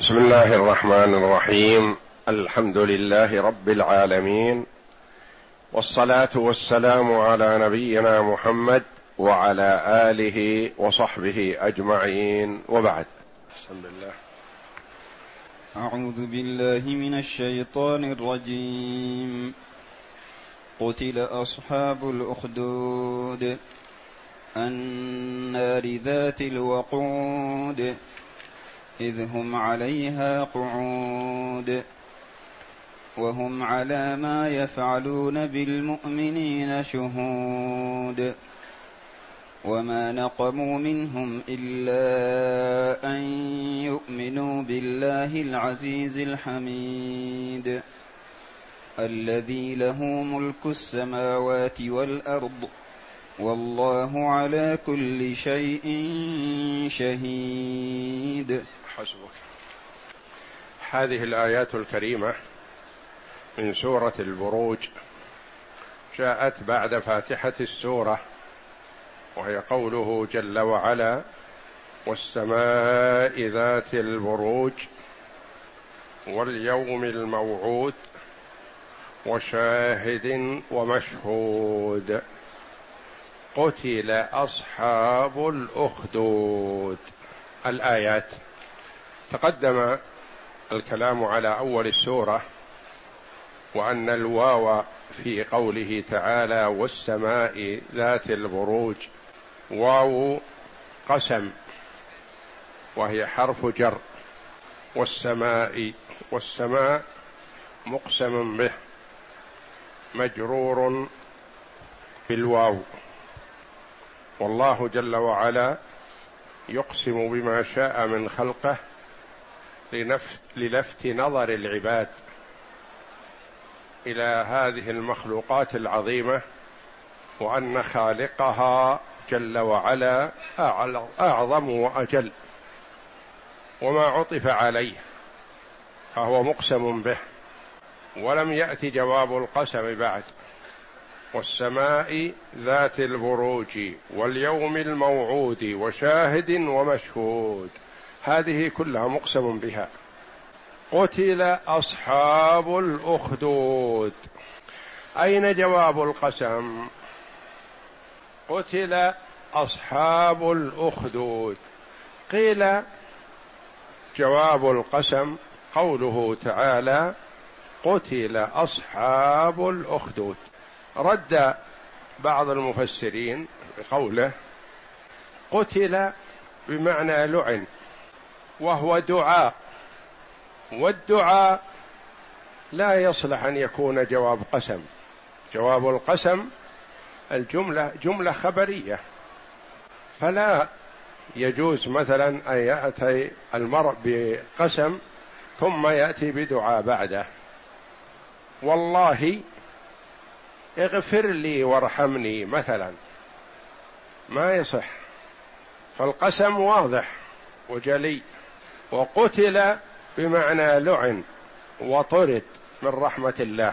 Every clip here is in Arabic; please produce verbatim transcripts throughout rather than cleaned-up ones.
بسم الله الرحمن الرحيم. الحمد لله رب العالمين، والصلاة والسلام على نبينا محمد وعلى آله وصحبه أجمعين، وبعد. بسم الله. أعوذ بالله من الشيطان الرجيم. قتل أصحاب الأخدود النار ذات الوقود إذ هم عليها قعود وهم على ما يفعلون بالمؤمنين شهود وما نقموا منهم إلا أن يؤمنوا بالله العزيز الحميد الذي له ملك السماوات والأرض والله على كل شيء شهيد. حسبك. هذه الآيات الكريمة من سورة البروج جاءت بعد فاتحة السورة، وهي قوله جل وعلا: والسماء ذات البروج واليوم الموعود وشاهد ومشهود قتل أصحاب الأخدود. الآيات. تقدم الكلام على أول السورة، وأن الواو في قوله تعالى والسماء ذات البروج واو قسم، وهي حرف جر، والسماء والسماء مقسم به مجرور بالواو، والله جل وعلا يقسم بما شاء من خلقه للفت نظر العباد إلى هذه المخلوقات العظيمة، وأن خالقها جل وعلا أعظم وأجل، وما عطف عليه فهو مقسم به، ولم يأتي جواب القسم بعد. والسماء ذات البروج واليوم الموعود وشاهد ومشهود، هذه كلها مقسم بها. قتل أصحاب الأخدود. أين جواب القسم؟ قتل أصحاب الأخدود. قيل جواب القسم قوله تعالى: قتل أصحاب الأخدود. رد بعض المفسرين بقوله: قتل بمعنى لعن، وهو دعاء، والدعاء لا يصلح أن يكون جواب قسم. جواب القسم الجملة جملة خبرية، فلا يجوز مثلا أن يأتي المرء بقسم ثم يأتي بدعاء بعده. والله اغفر لي وارحمني مثلا، ما يصح، فالقسم واضح وجلي. وقتل بمعنى لعن وطرد من رحمة الله،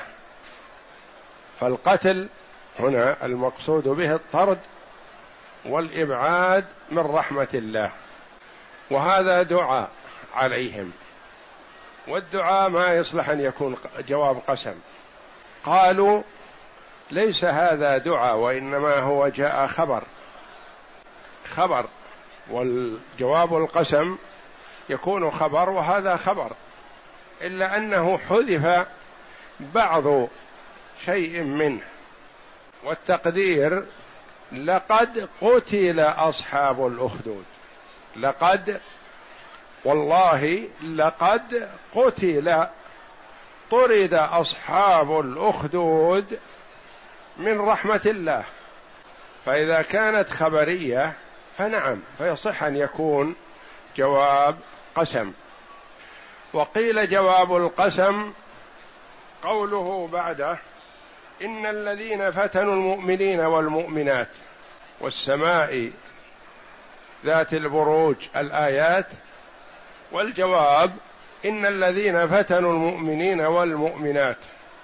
فالقتل هنا المقصود به الطرد والإبعاد من رحمة الله، وهذا دعاء عليهم، والدعاء ما يصلح أن يكون جواب قسم. قالوا ليس هذا دعاء، وإنما هو جاء خبر خبر والجواب القسم يكون خبر، وهذا خبر، إلا أنه حذف بعض شيء منه، والتقدير لقد قتل أصحاب الأخدود. لقد، والله لقد قتل، طرد أصحاب الأخدود من رحمة الله. فإذا كانت خبرية فنعم، فيصح أن يكون جواب قسم. وقيل جواب القسم قوله بعده: إن الذين فتنوا المؤمنين والمؤمنات والسماء ذات البروج، الآيات. والجواب: إن الذين فتنوا المؤمنين والمؤمنات.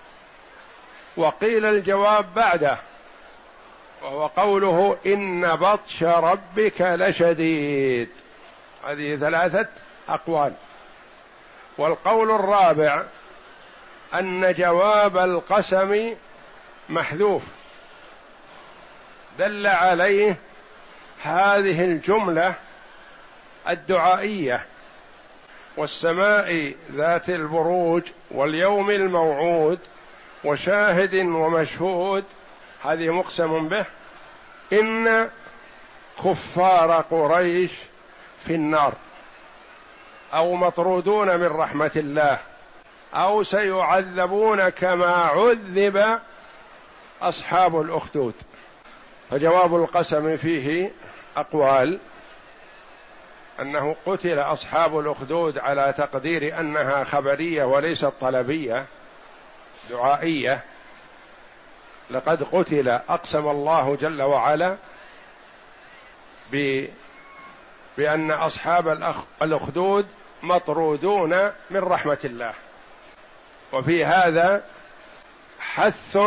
وقيل الجواب بعده، وهو قوله: إن بطش ربك لشديد. هذه ثلاثة أقوال. والقول الرابع أن جواب القسم محذوف، دل عليه هذه الجملة الدعائية: والسماء ذات البروج واليوم الموعود وشاهد ومشهود، هذه مقسم به، إن كفار قريش في النار أو مطرودون من رحمة الله أو سيعذبون كما عذب أصحاب الأخدود. فجواب القسم فيه أقوال: أنه قتل أصحاب الأخدود على تقدير أنها خبرية وليست طلبية دعائية، لقد قتل، أقسم الله جل وعلا بأن أصحاب الأخدود مطرودون من رحمة الله. وفي هذا حث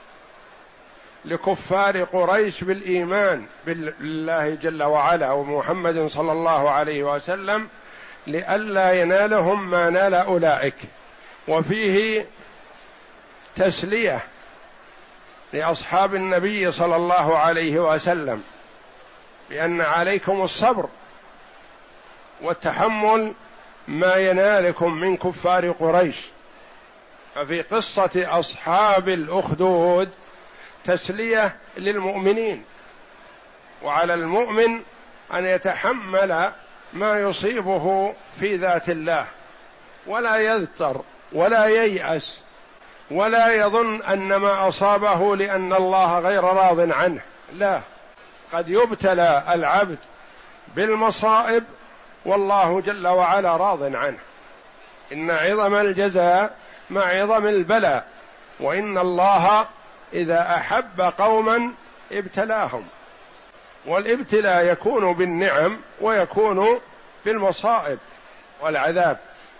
لكفار قريش بالإيمان بالله جل وعلا ومحمد صلى الله عليه وسلم لئلا ينالهم ما نال أولئك، وفيه تسلية لأصحاب النبي صلى الله عليه وسلم بأن عليكم الصبر والتحمل ما ينالكم من كفار قريش. ففي قصة أصحاب الأخدود تسلية للمؤمنين، وعلى المؤمن أن يتحمل ما يصيبه في ذات الله ولا يذتر ولا ييأس ولا يظن أن ما أصابه لأن الله غير راض عنه، لا، قد يبتلى العبد بالمصائب والله جل وعلا راض عنه. إن عظم الجزاء مع عظم البلاء، وإن الله إذا أحب قوما ابتلاهم، والابتلاء يكون بالنعم ويكون بالمصائب والعذاب.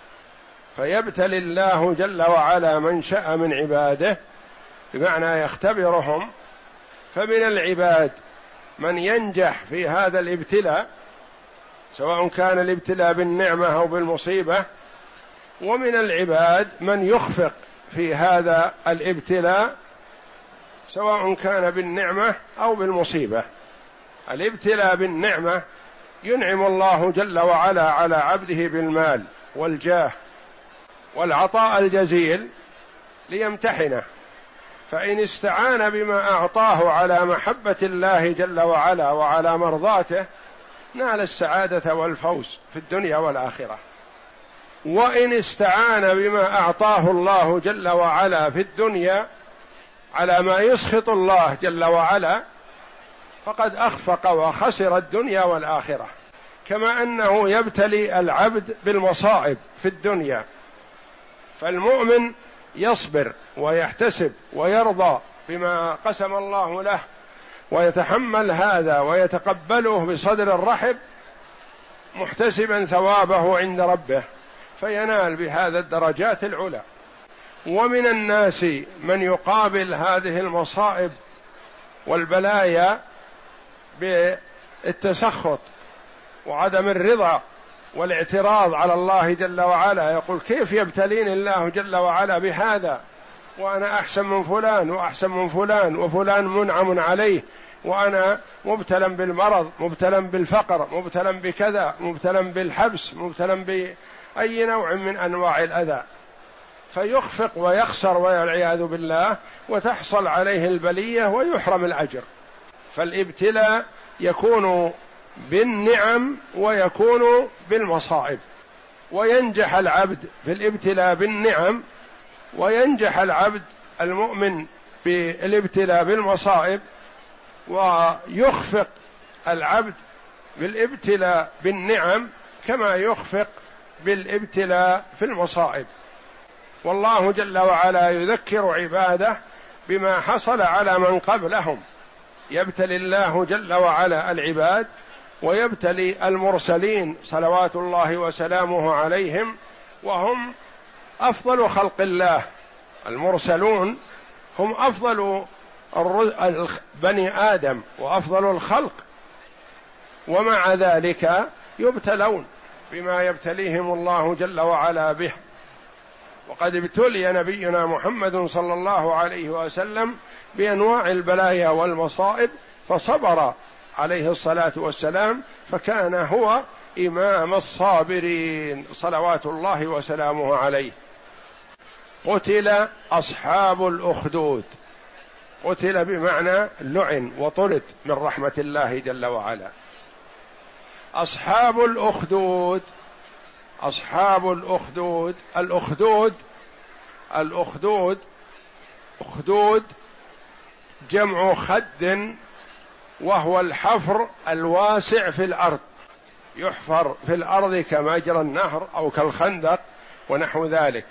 فيبتلي الله جل وعلا من شاء من عباده، بمعنى يختبرهم. فمن العباد من ينجح في هذا الابتلاء، سواء كان الابتلاء بالنعمة أو بالمصيبة، ومن العباد من يخفق في هذا الابتلاء سواء كان بالنعمة أو بالمصيبة. الابتلاء بالنعمة ينعم الله جل وعلا على عبده بالمال والجاه والعطاء الجزيل ليمتحنه، فإن استعان بما أعطاه على محبة الله جل وعلا وعلى مرضاته نال السعادة والفوز في الدنيا والآخرة. وإن استعان بما أعطاه الله جل وعلا في الدنيا على ما يسخط الله جل وعلا فقد أخفق وخسر الدنيا والآخرة. كما أنه يبتلي العبد بالمصائب في الدنيا، فالمؤمن يصبر ويحتسب ويرضى بما قسم الله له ويتحمل هذا ويتقبله بصدر الرحب محتسبا ثوابه عند ربه، فينال بهذا الدرجات العلى. ومن الناس من يقابل هذه المصائب والبلايا بالتسخط وعدم الرضا والاعتراض على الله جل وعلا، يقول: كيف يبتليني الله جل وعلا بهذا وأنا أحسن من فلان وأحسن من فلان وفلان منعم عليه، وأنا مبتلى بالمرض، مبتلى بالفقر، مبتلى بكذا، مبتلى بالحبس، مبتلى بأي نوع من أنواع الأذى، فيخفق ويخسر والعياذ بالله، وتحصل عليه البلية ويحرم الأجر. فالابتلاء يكون بالنعم ويكون بالمصائب، وينجح العبد في الابتلاء بالنعم، وينجح العبد المؤمن بالابتلاء بالمصائب، ويخفق العبد بالابتلاء بالنعم كما يخفق بالابتلاء في المصائب. والله جل وعلا يذكر عباده بما حصل على من قبلهم، يبتلي الله جل وعلا العباد ويبتلي المرسلين صلوات الله وسلامه عليهم، وهم أفضل خلق الله. المرسلون هم أفضل بني آدم وأفضل الخلق، ومع ذلك يبتلون بما يبتليهم الله جل وعلا به. وقد ابتلي نبينا محمد صلى الله عليه وسلم بأنواع البلايا والمصائب فصبر عليه الصلاة والسلام، فكان هو إمام الصابرين صلوات الله وسلامه عليه. قتل أصحاب الأخدود، قتل بمعنى لعن وطرد من رحمة الله جل وعلا. أصحاب الأخدود، أصحاب الأخدود، الأخدود الأخدود أخدود جمع خد، وهو الحفر الواسع في الأرض، يحفر في الأرض كمجرى النهر أو كالخندق ونحو ذلك.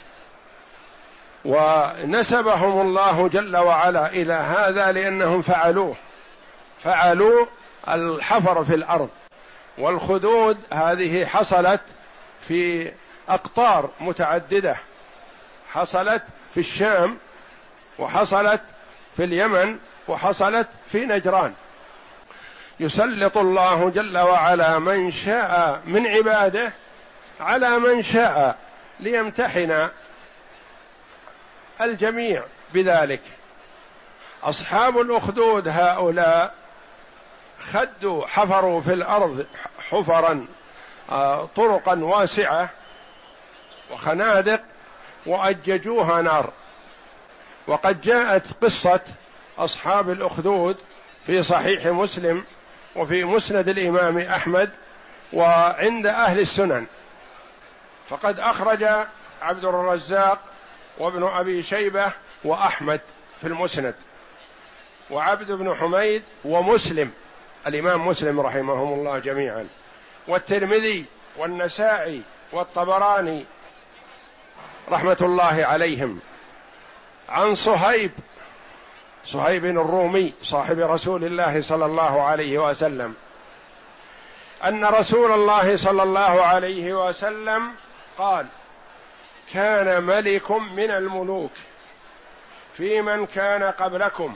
ونسبهم الله جل وعلا إلى هذا لأنهم فعلوه، فعلوا الحفر في الأرض. والخدود هذه حصلت في أقطار متعددة، حصلت في الشام، وحصلت في اليمن، وحصلت في نجران. يسلط الله جل وعلا من شاء من عباده على من شاء ليمتحن الجميع بذلك. أصحاب الأخدود هؤلاء خدوا، حفروا في الأرض حفرا طرقا واسعة وخنادق وأججوها نار. وقد جاءت قصة أصحاب الأخدود في صحيح مسلم وفي مسند الإمام أحمد وعند أهل السنن، فقد أخرج عبد الرزاق وابن أبي شيبة وأحمد في المسند، وعبد بن حميد ومسلم الإمام مسلم رحمهم الله جميعا، والترمذي والنسائي والطبراني رحمة الله عليهم، عن صهيب صهيب الرومي صاحب رسول الله صلى الله عليه وسلم أن رسول الله صلى الله عليه وسلم قال: كان ملك من الملوك في من كان قبلكم،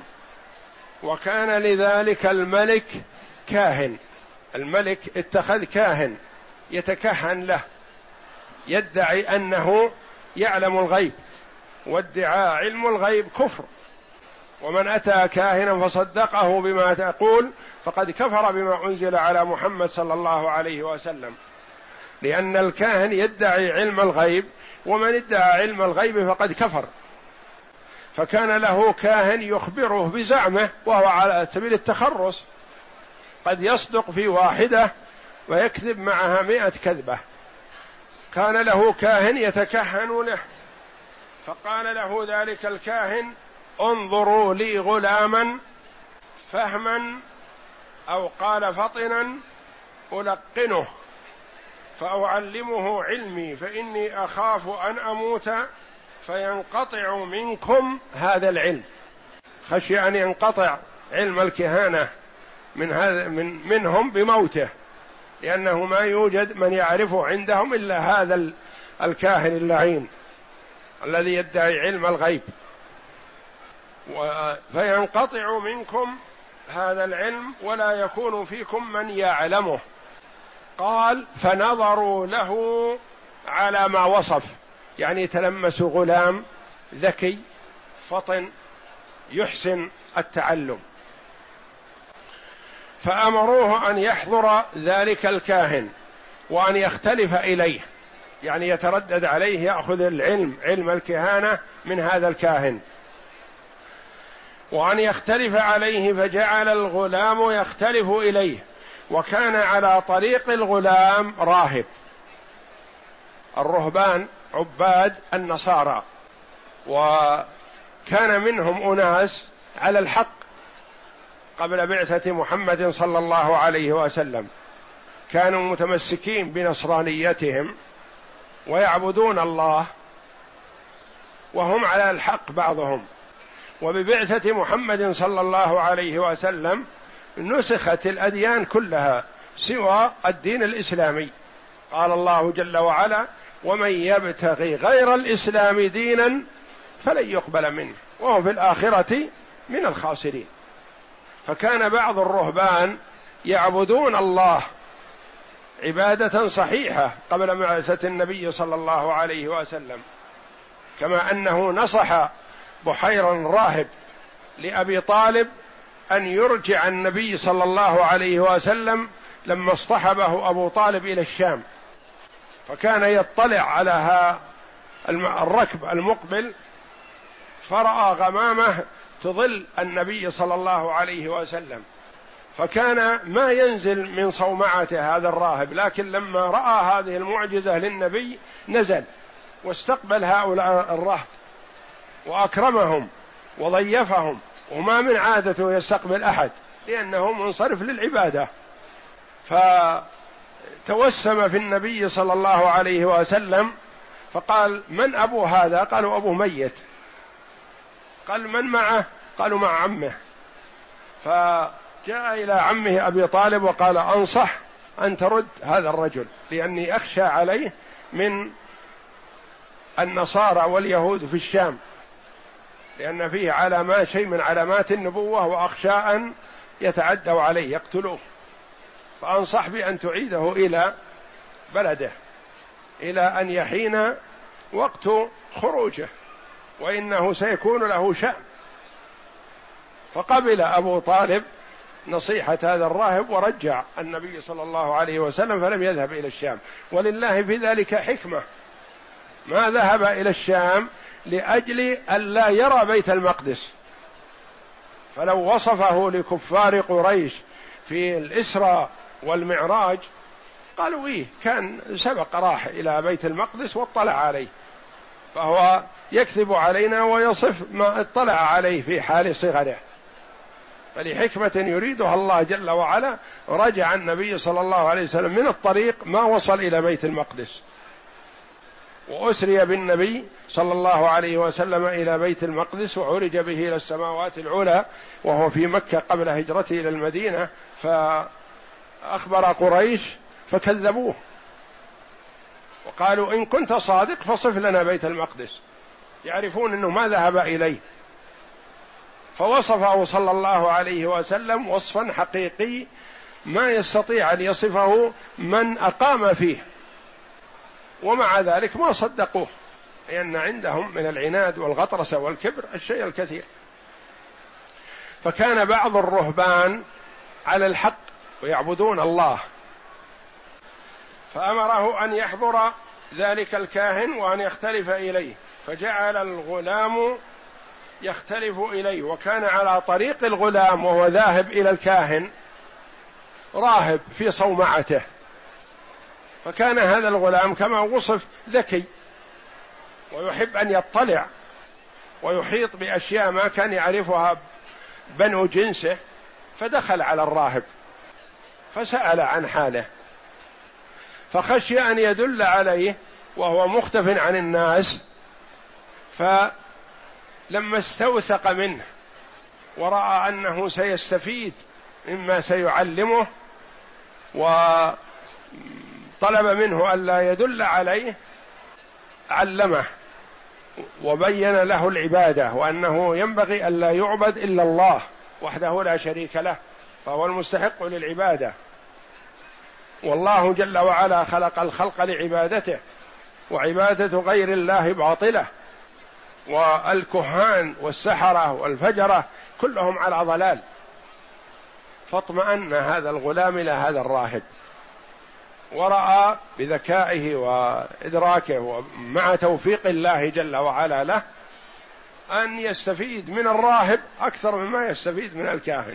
وكان لذلك الملك كاهن. الملك اتخذ كاهن يتكهن له، يدعي أنه يعلم الغيب، وادعاء علم الغيب كفر، ومن أتى كاهنا فصدقه بما تقول فقد كفر بما أنزل على محمد صلى الله عليه وسلم، لأن الكاهن يدعي علم الغيب، ومن ادعى علم الغيب فقد كفر. فكان له كاهن يخبره بزعمه وهو على سبيل التخرص، قد يصدق في واحدة ويكذب معها مئة كذبة. كان له كاهن يتكهن له، فقال له ذلك الكاهن: انظروا لي غلاما فهما، أو قال فطنا، ألقنه فأعلمه علمي، فإني أخاف أن أموت فينقطع منكم هذا العلم. خشي أن ينقطع علم الكهانة من هذا من منهم بموته، لأنه ما يوجد من يعرفه عندهم إلا هذا الكاهن اللعين الذي يدعي علم الغيب. فينقطع منكم هذا العلم ولا يكون فيكم من يعلمه. قال: فنظروا له على ما وصف، يعني تلمسوا غلام ذكي فطن يحسن التعلم، فأمروه أن يحضر ذلك الكاهن وأن يختلف إليه، يعني يتردد عليه يأخذ العلم علم الكهانة من هذا الكاهن، وأن يختلف عليه. فجعل الغلام يختلف إليه، وكان على طريق الغلام راهب، الرهبان عباد النصارى، وكان منهم أناس على الحق قبل بعثة محمد صلى الله عليه وسلم، كانوا متمسكين بنصرانيتهم ويعبدون الله وهم على الحق بعضهم. وببعثة محمد صلى الله عليه وسلم نسخت الأديان كلها سوى الدين الإسلامي. قال الله جل وعلا: ومن يبتغي غير الإسلام دينا فلن يقبل منه وهو في الآخرة من الخاسرين. فكان بعض الرهبان يعبدون الله عبادة صحيحة قبل بعثة النبي صلى الله عليه وسلم، كما أنه نصح بحير الراهب لأبي طالب أن يرجع النبي صلى الله عليه وسلم لما اصطحبه أبو طالب إلى الشام، فكان يطلع على الركب المقبل فرأى غمامة تظل النبي صلى الله عليه وسلم، فكان ما ينزل من صومعته هذا الراهب، لكن لما رأى هذه المعجزة للنبي نزل واستقبل هؤلاء الرهط وأكرمهم وضيفهم، وما من عادته يستقبل أحد لأنه منصرف للعبادة. فتوسم في النبي صلى الله عليه وسلم فقال: من أبو هذا؟ قالوا: أبو ميت. قال: من معه؟ قالوا: مع عمه. فجاء إلى عمه أبي طالب وقال: أنصح أن ترد هذا الرجل، لأني أخشى عليه من النصارى واليهود في الشام، لأن فيه علامات شيء من علامات النبوة، وأخشى أن يتعدوا عليه يقتلوه، فأنصح بأن تعيده إلى بلده إلى أن يحين وقت خروجه، وإنه سيكون له شأن. فقبل أبو طالب نصيحة هذا الراهب ورجع النبي صلى الله عليه وسلم، فلم يذهب إلى الشام. ولله في ذلك حكمة، ما ذهب إلى الشام لأجل ألا يرى بيت المقدس، فلو وصفه لكفار قريش في الإسراء والمعراج قالوا: إيه، كان سبق راح إلى بيت المقدس واطلع عليه، فهو يكذب علينا ويصف ما اطلع عليه في حال صغره. فلحكمة يريدها الله جل وعلا رجع النبي صلى الله عليه وسلم من الطريق ما وصل إلى بيت المقدس، وأسري بالنبي صلى الله عليه وسلم إلى بيت المقدس، وعرج به إلى السماوات العلى وهو في مكة قبل هجرته إلى المدينة. فأخبر قريش فكذبوه وقالوا: إن كنت صادق فصف لنا بيت المقدس، يعرفون أنه ما ذهب إليه. فوصفه صلى الله عليه وسلم وصفا حقيقي ما يستطيع أن يصفه من أقام فيه، ومع ذلك ما صدقوه، لأن عندهم من العناد والغطرسة والكبر الشيء الكثير. فكان بعض الرهبان على الحق ويعبدون الله، فأمره أن يحضر ذلك الكاهن وأن يختلف إليه، فجعل الغلام يختلف إليه، وكان على طريق الغلام وهو ذاهب إلى الكاهن راهب في صومعته. فكان هذا الغلام كما وصف ذكي ويحب أن يطلع ويحيط بأشياء ما كان يعرفها بنو جنسه، فدخل على الراهب فسأل عن حاله، فخشي أن يدل عليه وهو مختف عن الناس، فلما استوثق منه ورأى أنه سيستفيد مما سيعلمه وطلب منه ألا يدل عليه علمه وبين له العبادة، وأنه ينبغي ألا يعبد إلا الله وحده لا شريك له، فهو المستحق للعبادة، والله جل وعلا خلق الخلق لعبادته، وعبادة غير الله باطلة، والكهان والسحرة والفجرة كلهم على ضلال. فاطمأن هذا الغلام إلى هذا الراهب، ورأى بذكائه وإدراكه ومع توفيق الله جل وعلا له أن يستفيد من الراهب أكثر مما يستفيد من الكاهن.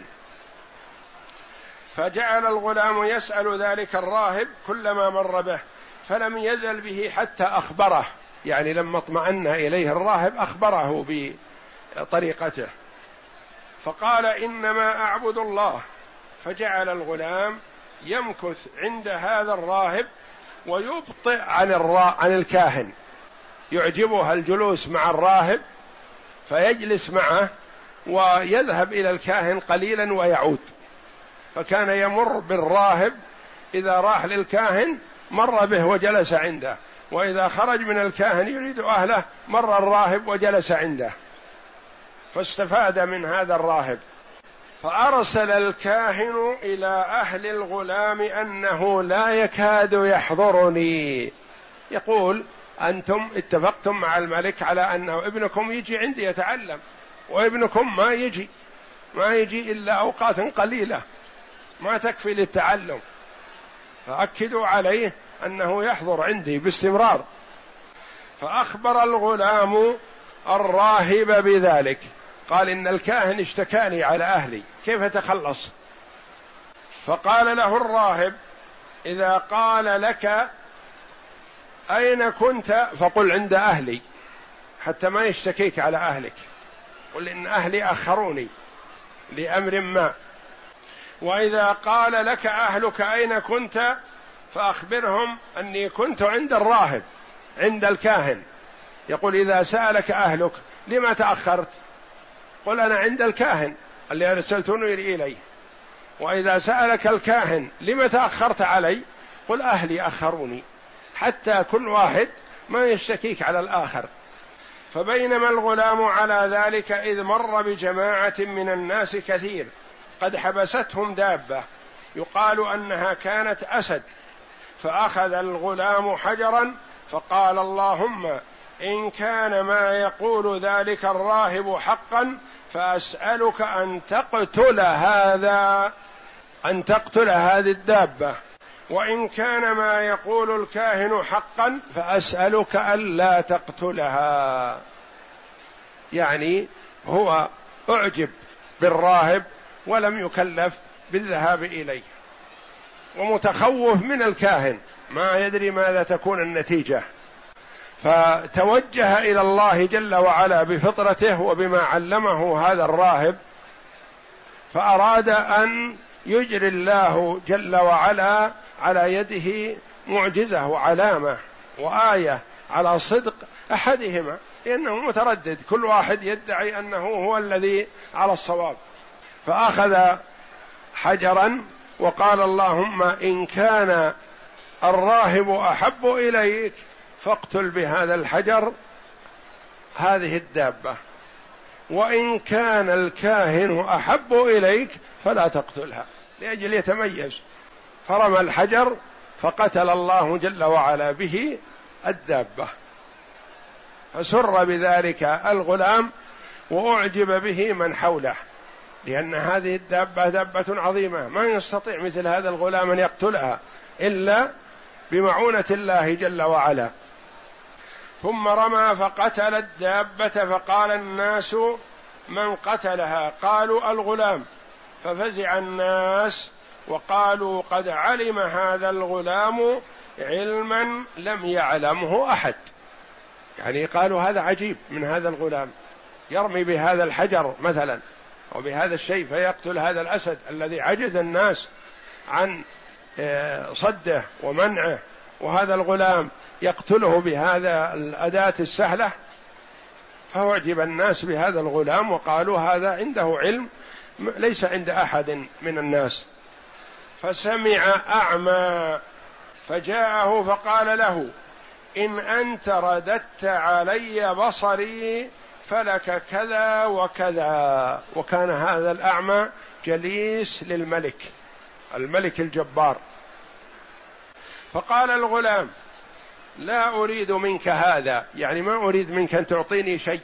فجعل الغلام يسأل ذلك الراهب كلما مر به، فلم يزل به حتى أخبره، يعني لما اطمأن إليه الراهب أخبره بطريقته، فقال: إنما أعبد الله. فجعل الغلام يمكث عند هذا الراهب ويبطئ عن الرا... عن الكاهن، يعجبها الجلوس مع الراهب فيجلس معه ويذهب إلى الكاهن قليلا ويعود. فكان يمر بالراهب، إذا راح للكاهن مر به وجلس عنده، وإذا خرج من الكاهن يريد أهله مر الراهب وجلس عنده. فاستفاد من هذا الراهب فأرسل الكاهن إلى أهل الغلام أنه لا يكاد يحضرني، يقول أنتم اتفقتم مع الملك على أنه ابنكم يجي عندي يتعلم، وابنكم ما يجي ما يجي إلا أوقات قليلة ما تكفي للتعلم، فأكدوا عليه أنه يحضر عندي باستمرار. فأخبر الغلام الراهب بذلك، قال إن الكاهن اشتكاني على أهلي كيف أتخلص؟ فقال له الراهب إذا قال لك أين كنت فقل عند أهلي، حتى ما يشتكيك على أهلك، قل إن أهلي أخروني لأمر ما. وإذا قال لك أهلك أين كنت فأخبرهم أني كنت عند الراهب عند الكاهن، يقول إذا سألك أهلك لما تأخرت قل أنا عند الكاهن اللي أرسلتني إليه. وإذا سألك الكاهن لما تأخرت علي قل أهلي أخروني، حتى كل واحد ما يشتكيك على الآخر. فبينما الغلام على ذلك إذ مر بجماعة من الناس كثير قد حبستهم دابة يقال أنها كانت أسد، فأخذ الغلام حجرا فقال اللهم إن كان ما يقول ذلك الراهب حقا فأسألك أن تقتل هذا أن تقتل هذه الدابة، وإن كان ما يقول الكاهن حقا فأسألك ألا تقتلها. يعني هو أعجب بالراهب ولم يكلف بالذهاب إليه، ومتخوف من الكاهن ما يدري ماذا تكون النتيجة، فتوجه إلى الله جل وعلا بفطرته وبما علمه هذا الراهب، فأراد أن يجري الله جل وعلا على يده معجزة وعلامة وآية على صدق أحدهما، لأنه متردد كل واحد يدعي أنه هو الذي على الصواب. فأخذ حجرا وقال اللهم إن كان الراهب أحب إليك فاقتل بهذا الحجر هذه الدابة، وإن كان الكاهن أحب إليك فلا تقتلها، لأجل يتميز. فرمى الحجر فقتل الله جل وعلا به الدابة، فسر بذلك الغلام وأعجب به من حوله، لأن هذه الدابة دابة عظيمة ما يستطيع مثل هذا الغلام أن يقتلها إلا بمعونة الله جل وعلا. ثم رمى فقتل الدابة، فقال الناس من قتلها؟ قالوا الغلام، ففزع الناس وقالوا قد علم هذا الغلام علما لم يعلمه أحد. يعني قالوا هذا عجيب من هذا الغلام، يرمي بهذا الحجر مثلا أو بهذا الشيء فيقتل هذا الأسد الذي عجز الناس عن صده ومنعه، وهذا الغلام يقتله بهذا الأداة السهلة. فأعجب الناس بهذا الغلام وقالوا هذا عنده علم ليس عند أحد من الناس. فسمع أعمى فجاءه فقال له إن أنت رددت علي بصري فلك كذا وكذا. وكان هذا الأعمى جليس للملك الملك الجبار. فقال الغلام لا أريد منك هذا، يعني ما أريد منك أن تعطيني شيء،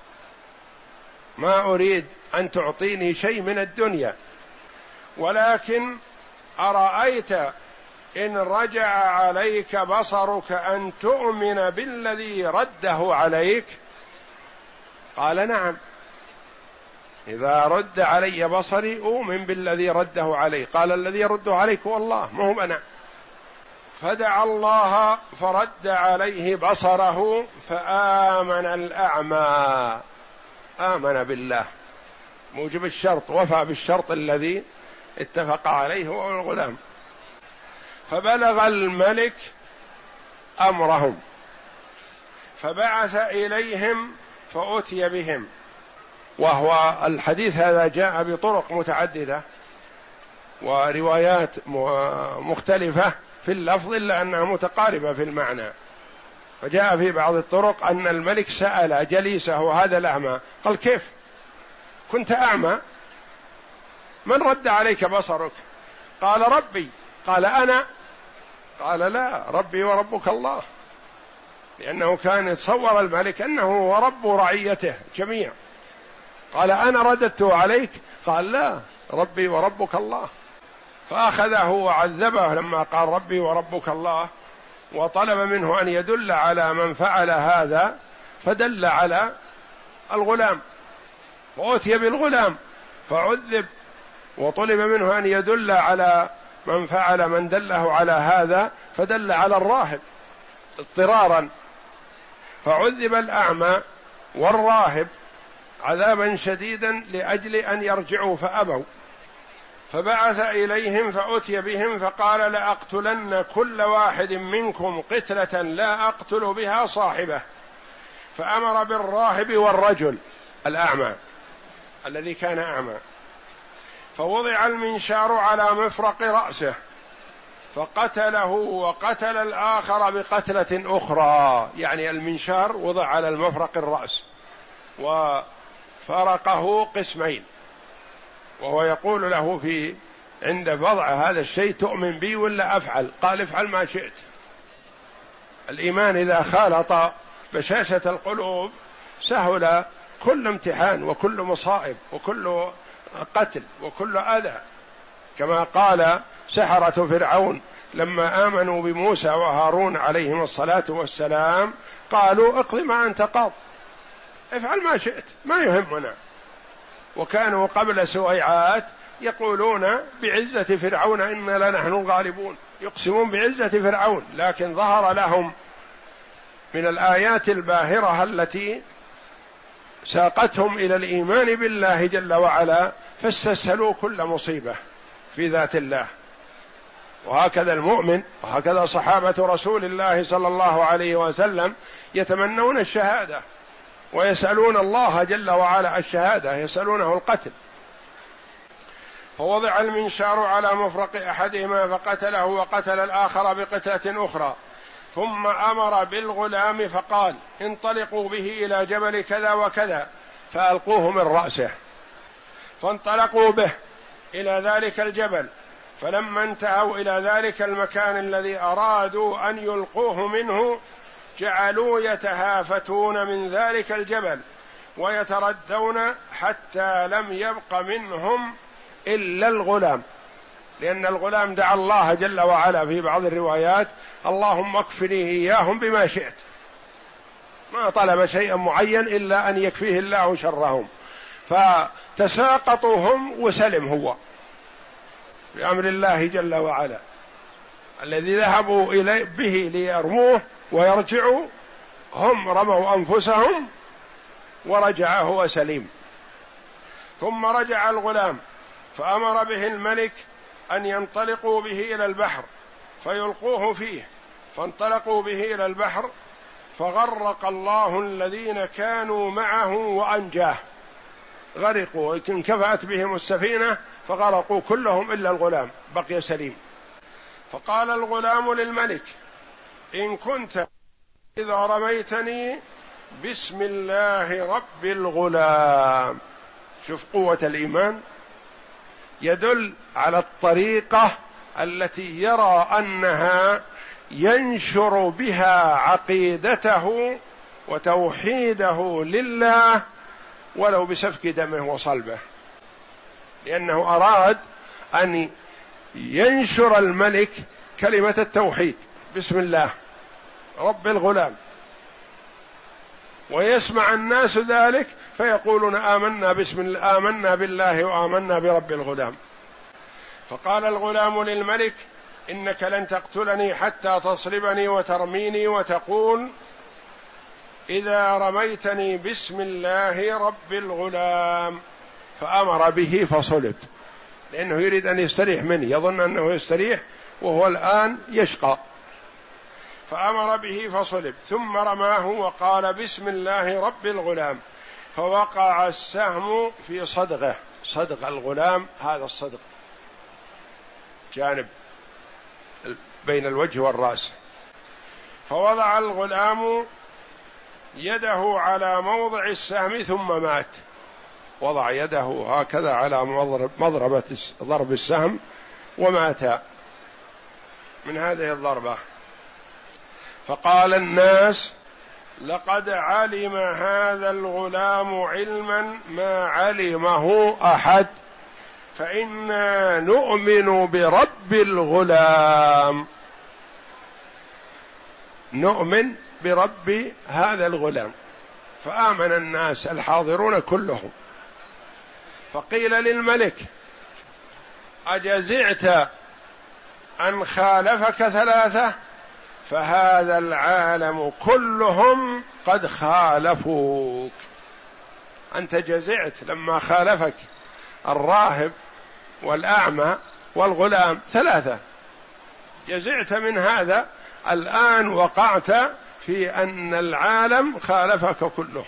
ما أريد أن تعطيني شيء من الدنيا، ولكن أرأيت إن رجع عليك بصرك أن تؤمن بالذي رده عليك؟ قال نعم، إذا رد علي بصري أؤمن بالذي رده علي. قال الذي يرده عليك هو الله ما هو أنا. فدعا الله فرد عليه بصره فآمن الأعمى، آمن بالله موجب الشرط، وفى بالشرط الذي اتفق عليه هو الغلام. فبلغ الملك أمرهم فبعث إليهم فأتي بهم. وهو الحديث هذا جاء بطرق متعددة وروايات مختلفة في اللفظ إلا أنها متقاربة في المعنى. فجاء في بعض الطرق أن الملك سأل جليسه هذا الأعمى قال كيف كنت أعمى؟ من رد عليك بصرك؟ قال ربي. قال أنا؟ قال لا، ربي وربك الله، لأنه كان يتصور الملك أنه هو رب رعيته جميع. قال أنا رددت عليك؟ قال لا، ربي وربك الله. فأخذه وعذبه لما قال ربي وربك الله، وطلب منه أن يدل على من فعل هذا، فدل على الغلام، فأتي بالغلام فعذب، وطلب منه أن يدل على من فعل من دله على هذا، فدل على الراهب اضطرارا، فعذب الأعمى والراهب عذابا شديدا لأجل أن يرجعوا فأبوا. فبعث إليهم فأتي بهم فقال لأقتلن كل واحد منكم قتلة لا أقتل بها صاحبه. فأمر بالراهب والرجل الأعمى الذي كان أعمى، فوضع المنشار على مفرق رأسه فقتله، وقتل الآخر بقتلة أخرى، يعني المنشار وضع على المفرق الرأس وفرقه قسمين، وهو يقول له في عند وضع هذا الشيء تؤمن بي ولا أفعل؟ قال افعل ما شئت. الإيمان إذا خالط بشاشة القلوب سهل كل امتحان وكل مصائب وكل قتل وكل أذى، كما قال سحرة فرعون لما آمنوا بموسى وهارون عليهم الصلاة والسلام قالوا اقض ما أنت قاض، افعل ما شئت ما يهمنا. وكانوا قبل سويعات يقولون بعزة فرعون إنا لنحن الغالبون، يقسمون بعزة فرعون، لكن ظهر لهم من الآيات الباهرة التي ساقتهم إلى الإيمان بالله جل وعلا، فاستسهلوا كل مصيبة في ذات الله. وهكذا المؤمن، وهكذا صحابة رسول الله صلى الله عليه وسلم يتمنون الشهادة ويسألون الله جل وعلا الشهادة، يسألونه القتل. فوضع المنشار على مفرق أحدهما فقتله، وقتل الآخر بقتلة أخرى، ثم أمر بالغلام فقال انطلقوا به إلى جبل كذا وكذا، فألقوه من رأسه. فانطلقوا به إلى ذلك الجبل، فلما انتهوا إلى ذلك المكان الذي أرادوا أن يلقوه منه جعلوا يتهافتون من ذلك الجبل ويتردون حتى لم يبق منهم إلا الغلام، لأن الغلام دعا الله جل وعلا في بعض الروايات اللهم اكفني إياهم بما شئت، ما طلب شيئا معين إلا أن يكفيه الله شرهم. فتساقطوا هم وسلم هو بأمر الله جل وعلا، الذي ذهبوا إليه به ليرموه ويرجعوا هم رموا أنفسهم ورجع هو سليم. ثم رجع الغلام فأمر به الملك أن ينطلقوا به إلى البحر فيلقوه فيه، فانطلقوا به إلى البحر فغرق الله الذين كانوا معه وأنجاه، غرقوا، انكفأت بهم السفينة فغرقوا كلهم إلا الغلام بقي سليم. فقال الغلام للملك إن كنت إذا رميتني بسم الله رب الغلام. شوف قوة الإيمان، يدل على الطريقة التي يرى أنها ينشر بها عقيدته وتوحيده لله ولو بسفك دمه وصلبه، لأنه أراد أن ينشر الملك كلمة التوحيد بسم الله رب الغلام، ويسمع الناس ذلك فيقولون آمنا بسم الله، آمنا بالله وآمنا برب الغلام. فقال الغلام للملك إنك لن تقتلني حتى تصلبني وترميني وتقول إذا رميتني بسم الله رب الغلام. فأمر به فصلب، لأنه يريد أن يستريح منه، يظن أنه يستريح وهو الآن يشقى. فأمر به فصلب، ثم رماه وقال بسم الله رب الغلام، فوقع السهم في صدغه، صدغ الغلام هذا الصدغ جانب بين الوجه والرأس. فوضع الغلام يده على موضع السهم ثم مات. وضع يده هكذا على مضربة ضرب السهم ومات من هذه الضربة. فقال الناس: لقد علم هذا الغلام علما ما علمه أحد، فإنا نؤمن برب الغلام، نؤمن برب هذا الغلام. فآمن الناس الحاضرون كلهم. فقيل للملك: أجزعت أن خالفك ثلاثة؟ فهذا العالم كلهم قد خالفوك. أنت جزعت لما خالفك الراهب والأعمى والغلام ثلاثة، جزعت من هذا، الآن وقعت في أن العالم خالفك كله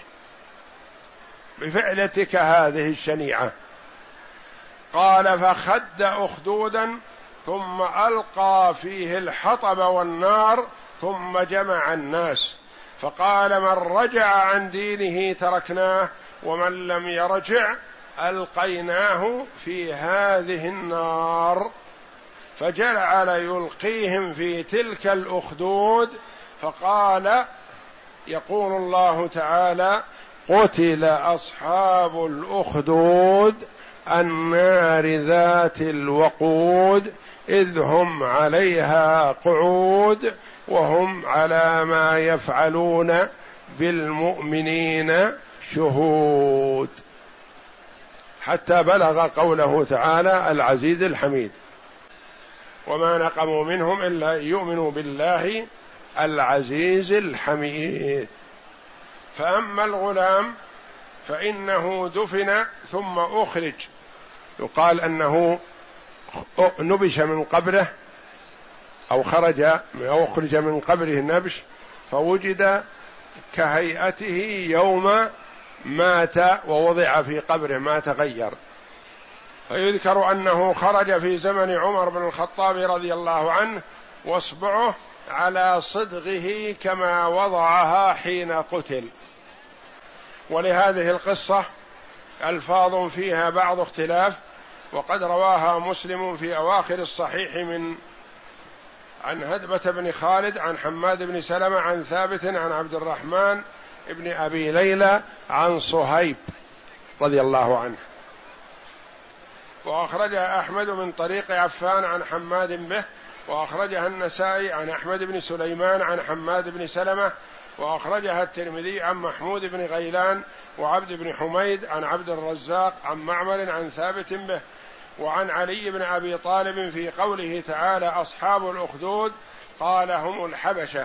بفعلتك هذه الشنيعة. قال: فخد أخدودا ثم ألقى فيه الحطب والنار ثم جمع الناس، فقال: من رجع عن دينه تركناه، ومن لم يرجع ألقيناه في هذه النار. فجعل يلقيهم في تلك الأخدود. فقال: يقول الله تعالى: قتل أصحاب الأخدود النار ذات الوقود إذ هم عليها قعود وهم على ما يفعلون بالمؤمنين شهود، حتى بلغ قوله تعالى: العزيز الحميد. وما نقموا منهم إلا أن يؤمنوا بالله العزيز الحميد. فأما الغلام فإنه دفن ثم أخرج، يقال أنه نبش من قبره أو خرج أو أخرج من قبره النبش، فوجد كهيئته يوم مات ووضع في قبره ما تغير. فيذكر أنه خرج في زمن عمر بن الخطاب رضي الله عنه واصبعه على صدغه كما وضعها حين قتل. ولهذه القصة ألفاظ فيها بعض اختلاف، وقد رواها مسلم في أواخر الصحيح من عن هدبة بن خالد عن حماد بن سلمة عن ثابت عن عبد الرحمن ابن أبي ليلى عن صهيب رضي الله عنه. وأخرجها أحمد من طريق عفان عن حماد به، وأخرجها النسائي عن أحمد بن سليمان عن حماد بن سلمة، وأخرجها الترمذي عن محمود بن غيلان وعبد بن حميد عن عبد الرزاق عن معمر عن ثابت به، وعن علي بن أبي طالب في قوله تعالى: أصحاب الأخدود قال: هم الحبشة.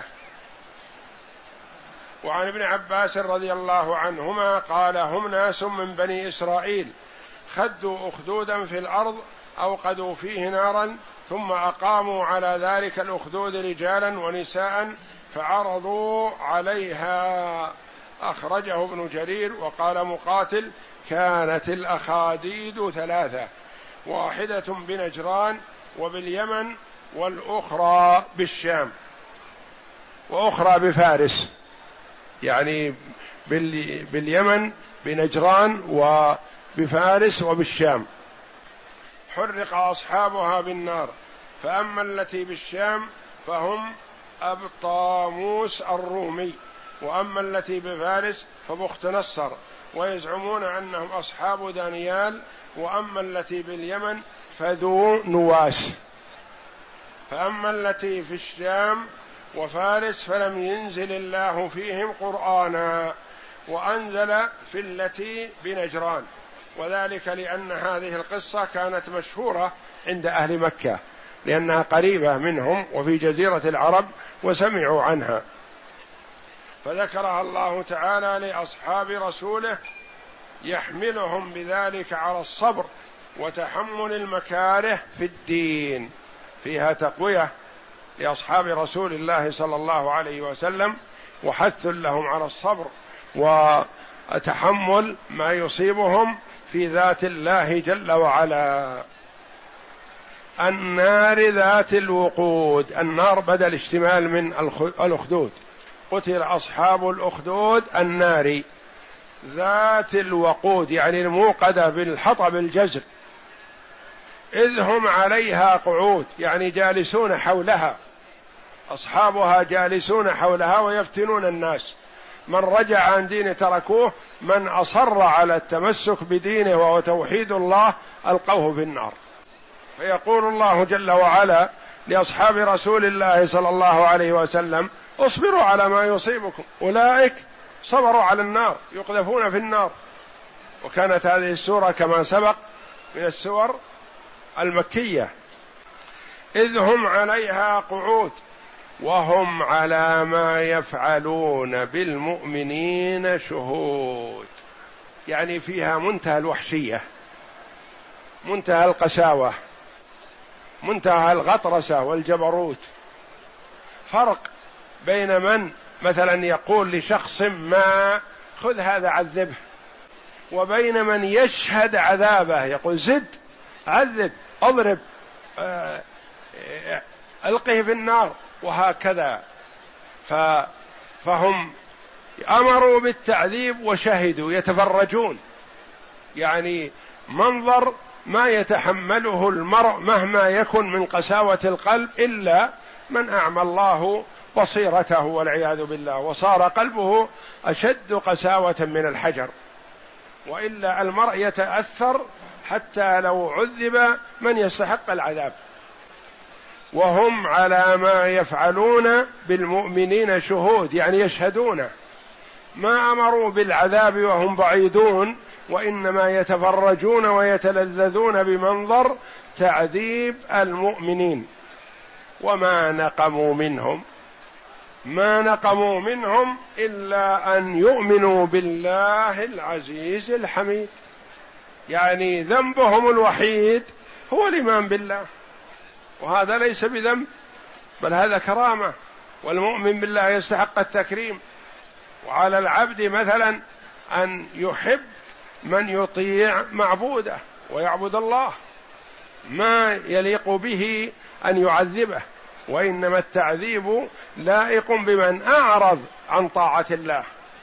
وعن ابن عباس رضي الله عنهما قال: هم ناس من بني إسرائيل خدوا أخدودا في الأرض أوقدوا فيه نارا ثم أقاموا على ذلك الأخدود رجالا ونساء فعرضوا عليها. أخرجه ابن جرير. وقال مقاتل: كانت الأخاديد ثلاثة، واحدة بنجران وباليمن، والأخرى بالشام، وأخرى بفارس، يعني باليمن بنجران وبفارس وبالشام. حرق أصحابها بالنار. فأما التي بالشام فهم أبطاموس الرومي، وأما التي بفارس فبخت نصر، ويزعمون أنهم أصحاب دانيال. وأما التي باليمن فذو نواس. فأما التي في الشام وفارس فلم ينزل الله فيهم قرآنا، وأنزل في التي بنجران، وذلك لأن هذه القصة كانت مشهورة عند أهل مكة لأنها قريبة منهم وفي جزيرة العرب وسمعوا عنها، فذكرها الله تعالى لأصحاب رسوله يحملهم بذلك على الصبر وتحمل المكاره في الدين. فيها تقوية لأصحاب رسول الله صلى الله عليه وسلم وحث لهم على الصبر وتحمل ما يصيبهم في ذات الله جل وعلا. النار ذات الوقود، النار بدل اشتمال من الأخدود. قتل أصحاب الأخدود النار، ذات الوقود يعني الموقدة بالحطب الجزر، إذ هم عليها قعود يعني جالسون حولها، أصحابها جالسون حولها ويفتنون الناس، من رجع عن دينه تركوه، من أصر على التمسك بدينه وهو توحيد الله ألقوه في النار. فيقول الله جل وعلا لأصحاب رسول الله صلى الله عليه وسلم: اصبروا على ما يصيبكم، أولئك صبروا على النار يقذفون في النار. وكانت هذه السورة كما سبق من السور المكية. إذ هم عليها قعود وهم على ما يفعلون بالمؤمنين شهود، يعني فيها منتهى الوحشية، منتهى القساوة، منتهى الغطرسة والجبروت. فرق بين من مثلا يقول لشخص ما خذ هذا عذبه، وبين من يشهد عذابه يقول زد عذب اضرب آه القه في النار وهكذا. فهم امروا بالتعذيب وشهدوا يتفرجون، يعني منظر ما يتحمله المرء مهما يكن من قساوة القلب إلا من أعمى الله بصيرته والعياذ بالله، وصار قلبه أشد قساوة من الحجر، وإلا المرء يتأثر حتى لو عذب من يستحق العذاب. وهم على ما يفعلون بالمؤمنين شهود، يعني يشهدون، ما أمروا بالعذاب وهم بعيدون، وإنما يتفرجون ويتلذذون بمنظر تعذيب المؤمنين. وما نقموا منهم ما نقموا منهم إلا أن يؤمنوا بالله العزيز الحميد، يعني ذنبهم الوحيد هو الإيمان بالله، وهذا ليس بذنب بل هذا كرامة، والمؤمن بالله يستحق التكريم. وعلى العبد مثلا أن يحب من يطيع معبوده ويعبد الله، ما يليق به أن يعذبه، وإنما التعذيب لائق بمن أعرض عن طاعة الله.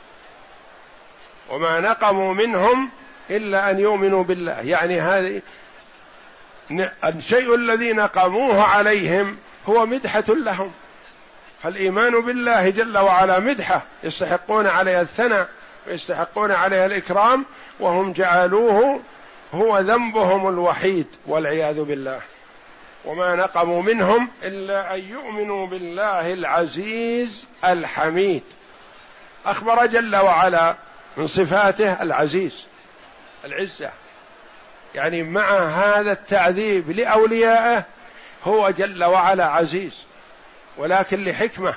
وما نقموا منهم إلا أن يؤمنوا بالله، يعني هذه الشيء الذي نقموه عليهم هو مدحة لهم، فالإيمان بالله جل وعلا مدحة يستحقون عليها الثناء ويستحقون عليها الإكرام، وهم جعلوه هو ذنبهم الوحيد والعياذ بالله. وما نقموا منهم إلا أن يؤمنوا بالله العزيز الحميد. أخبر جل وعلا من صفاته العزيز العزة، يعني مع هذا التعذيب لأوليائه هو جل وعلا عزيز، ولكن لحكمة،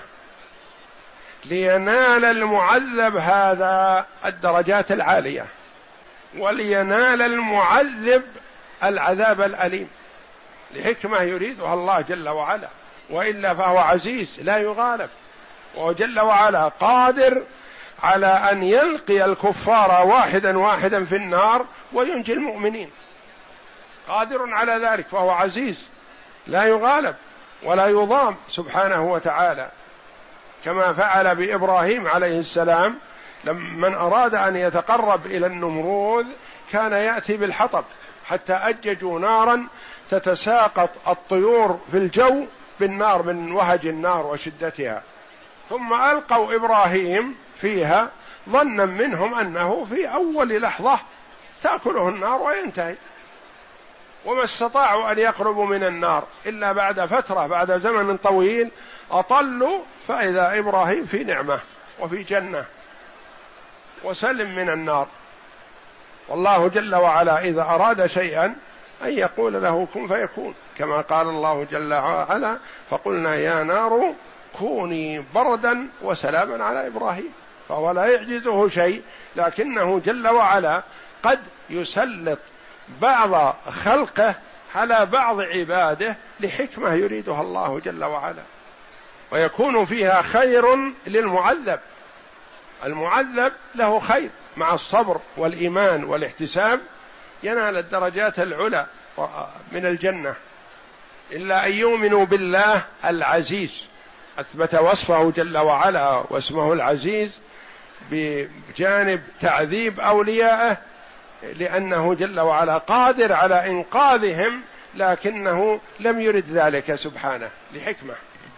لينال المعذب هذا الدرجات العالية، ولينال المعذب العذاب الأليم، لحكمة يريدها الله جل وعلا، وإلا فهو عزيز لا يغالب، وهو جل وعلا قادر على أن يلقي الكفار واحدا واحدا في النار وينجي المؤمنين، قادر على ذلك، فهو عزيز لا يغالب ولا يضام سبحانه وتعالى، كما فعل بإبراهيم عليه السلام لمن أراد أن يتقرب إلى النمروذ كان يأتي بالحطب حتى أججوا نارا تتساقط الطيور في الجو بالنار من وهج النار وشدتها، ثم ألقوا إبراهيم فيها ظنا منهم أنه في أول لحظة تأكله النار وينتهي، وما استطاعوا أن يقربوا من النار إلا بعد فترة، بعد زمن طويل أطلوا، فإذا إبراهيم في نعمة وفي جنة وسلم من النار. والله جل وعلا إذا أراد شيئا أن يقول له كن فيكون، كما قال الله جل وعلا: فقلنا يا نار كوني بردا وسلاما على إبراهيم. فهو لا يعجزه شيء، لكنه جل وعلا قد يسلط بعض خلقه على بعض عباده لحكمة يريدها الله جل وعلا، ويكون فيها خير للمعذب. المعذب له خير مع الصبر والإيمان والاحتساب ينال الدرجات العلى من الجنة، إلا أن يؤمنوا بالله العزيز، أثبت وصفه جل وعلا واسمه العزيز بجانب تعذيب أوليائه، لأنه جل وعلا قادر على إنقاذهم، لكنه لم يرد ذلك سبحانه لحكمة.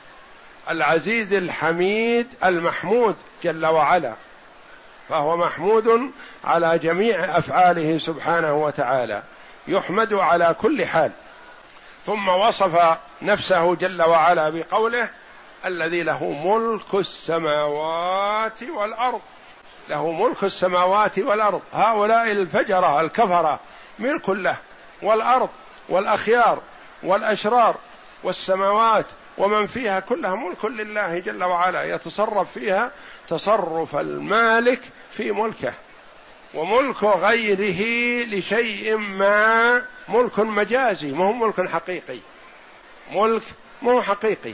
العزيز الحميد المحمود جل وعلا، فهو محمود على جميع أفعاله سبحانه وتعالى، يحمد على كل حال. ثم وصف نفسه جل وعلا بقوله: الذي له ملك السماوات والأرض. له ملك السماوات والأرض، هؤلاء الفجرة الكفرة ملك له، والأرض والأخيار والأشرار والسماوات ومن فيها كلها ملك لله جل وعلا، يتصرف فيها تصرف المالك في ملكه. وملك غيره لشيء ما ملك مجازي، ما هو ملك حقيقي، ملك مو حقيقي.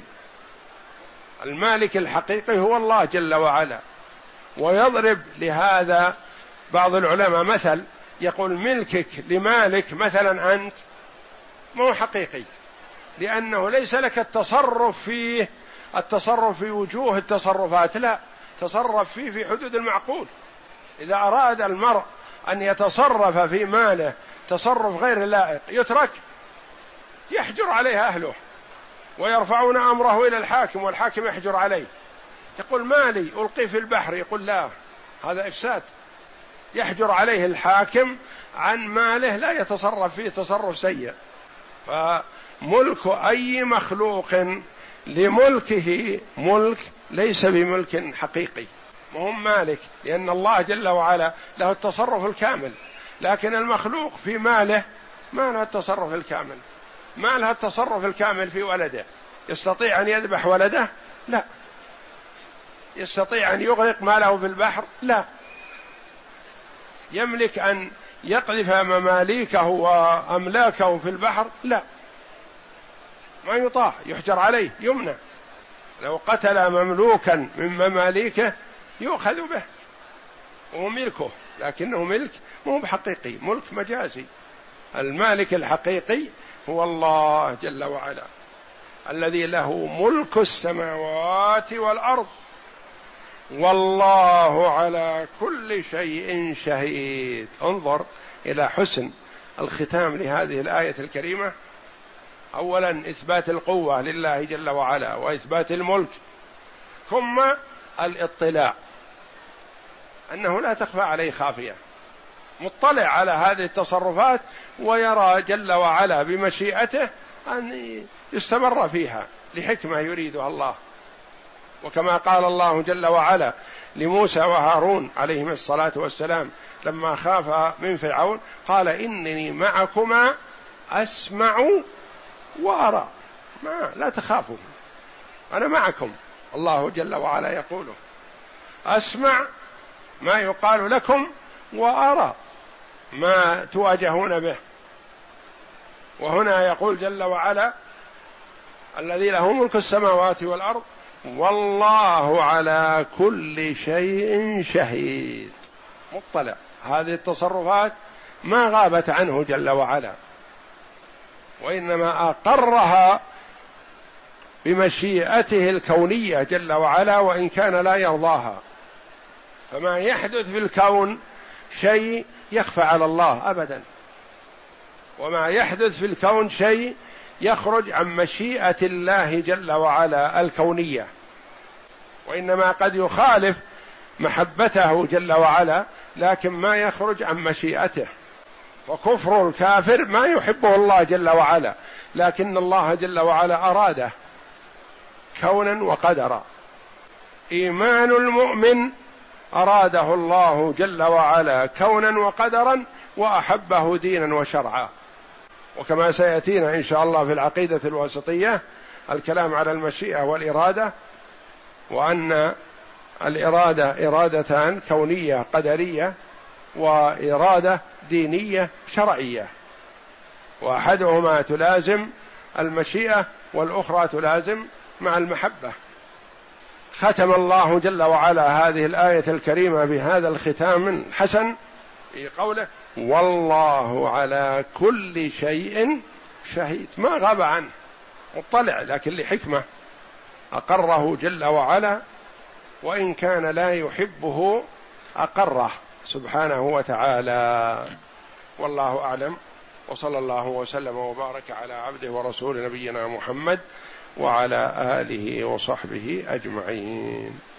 المالك الحقيقي هو الله جل وعلا. ويضرب لهذا بعض العلماء مثل، يقول: ملكك لمالك مثلا أنت مو حقيقي، لأنه ليس لك التصرف فيه، التصرف في وجوه التصرفات، لا، تصرف فيه في حدود المعقول. إذا أراد المرء أن يتصرف في ماله تصرف غير لائق يترك، يحجر عليه أهله ويرفعون أمره إلى الحاكم، والحاكم يحجر عليه، يقول: مالي ألقي في البحر، يقول: لا، هذا إفساد. يحجر عليه الحاكم عن ماله، لا يتصرف فيه تصرف سيء. فملك أي مخلوق لملكه ملك ليس بملك حقيقي، وهم مالك، لأن الله جل وعلا له التصرف الكامل، لكن المخلوق في ماله ما له التصرف الكامل. ما له التصرف الكامل في ولده. يستطيع أن يذبح ولده؟ لا. يستطيع أن يغرق ماله في البحر؟ لا. يملك أن يقذف مماليكه وأملاكه في البحر؟ لا، ما يطاع، يحجر عليه، يمنع. لو قتل مملوكا من مماليكه يؤخذ به وهو ملكه، لكنه ملك مو بحقيقي، ملك مجازي. المالك الحقيقي هو الله جل وعلا، الذي له ملك السماوات والأرض، والله على كل شيء شهيد. انظر إلى حسن الختام لهذه الآية الكريمة. أولا إثبات القوة لله جل وعلا وإثبات الملك، ثم الاطلاع، أنه لا تخفى عليه خافية، مطلع على هذه التصرفات، ويرى جل وعلا بمشيئته أن يستمر فيها لحكمة يريدها الله. وكما قال الله جل وعلا لموسى وهارون عليهما الصلاة والسلام لما خاف من فرعون، قال: إنني معكما أسمع وأرى. ما لا تخافوا، أنا معكم. الله جل وعلا يقوله: أسمع ما يقال لكم وأرى ما تواجهون به. وهنا يقول جل وعلا: الذي له ملك السماوات والأرض والله على كل شيء شهيد، مطلع. هذه التصرفات ما غابت عنه جل وعلا، وإنما أقرها بمشيئته الكونية جل وعلا، وإن كان لا يرضاها. فما يحدث في الكون شيء يخفى على الله أبدا، وما يحدث في الكون شيء يخرج عن مشيئة الله جل وعلا الكونية، وإنما قد يخالف محبته جل وعلا، لكن ما يخرج عن مشيئته. فكفر الكافر ما يحبه الله جل وعلا، لكن الله جل وعلا أراده كونا وقدرا. إيمان المؤمن أراده الله جل وعلا كونا وقدرا، وأحبه دينا وشرعا. وكما سيأتينا إن شاء الله في العقيدة الواسطية الكلام على المشيئة والإرادة، وأن الإرادة إرادتان: كونية قدرية، وإرادة دينية شرعية، وأحدهما تلازم المشيئة والأخرى تلازم مع المحبة. ختم الله جل وعلا هذه الآية الكريمة بهذا الختام الحسن في قوله: والله على كل شيء شهيد. ما غاب عنه، مطلع، لكن لحكمة أقره جل وعلا، وإن كان لا يحبه أقره سبحانه وتعالى. والله أعلم، وصلى الله وسلم وبارك على عبده ورسول نبينا محمد وعلى آله وصحبه أجمعين.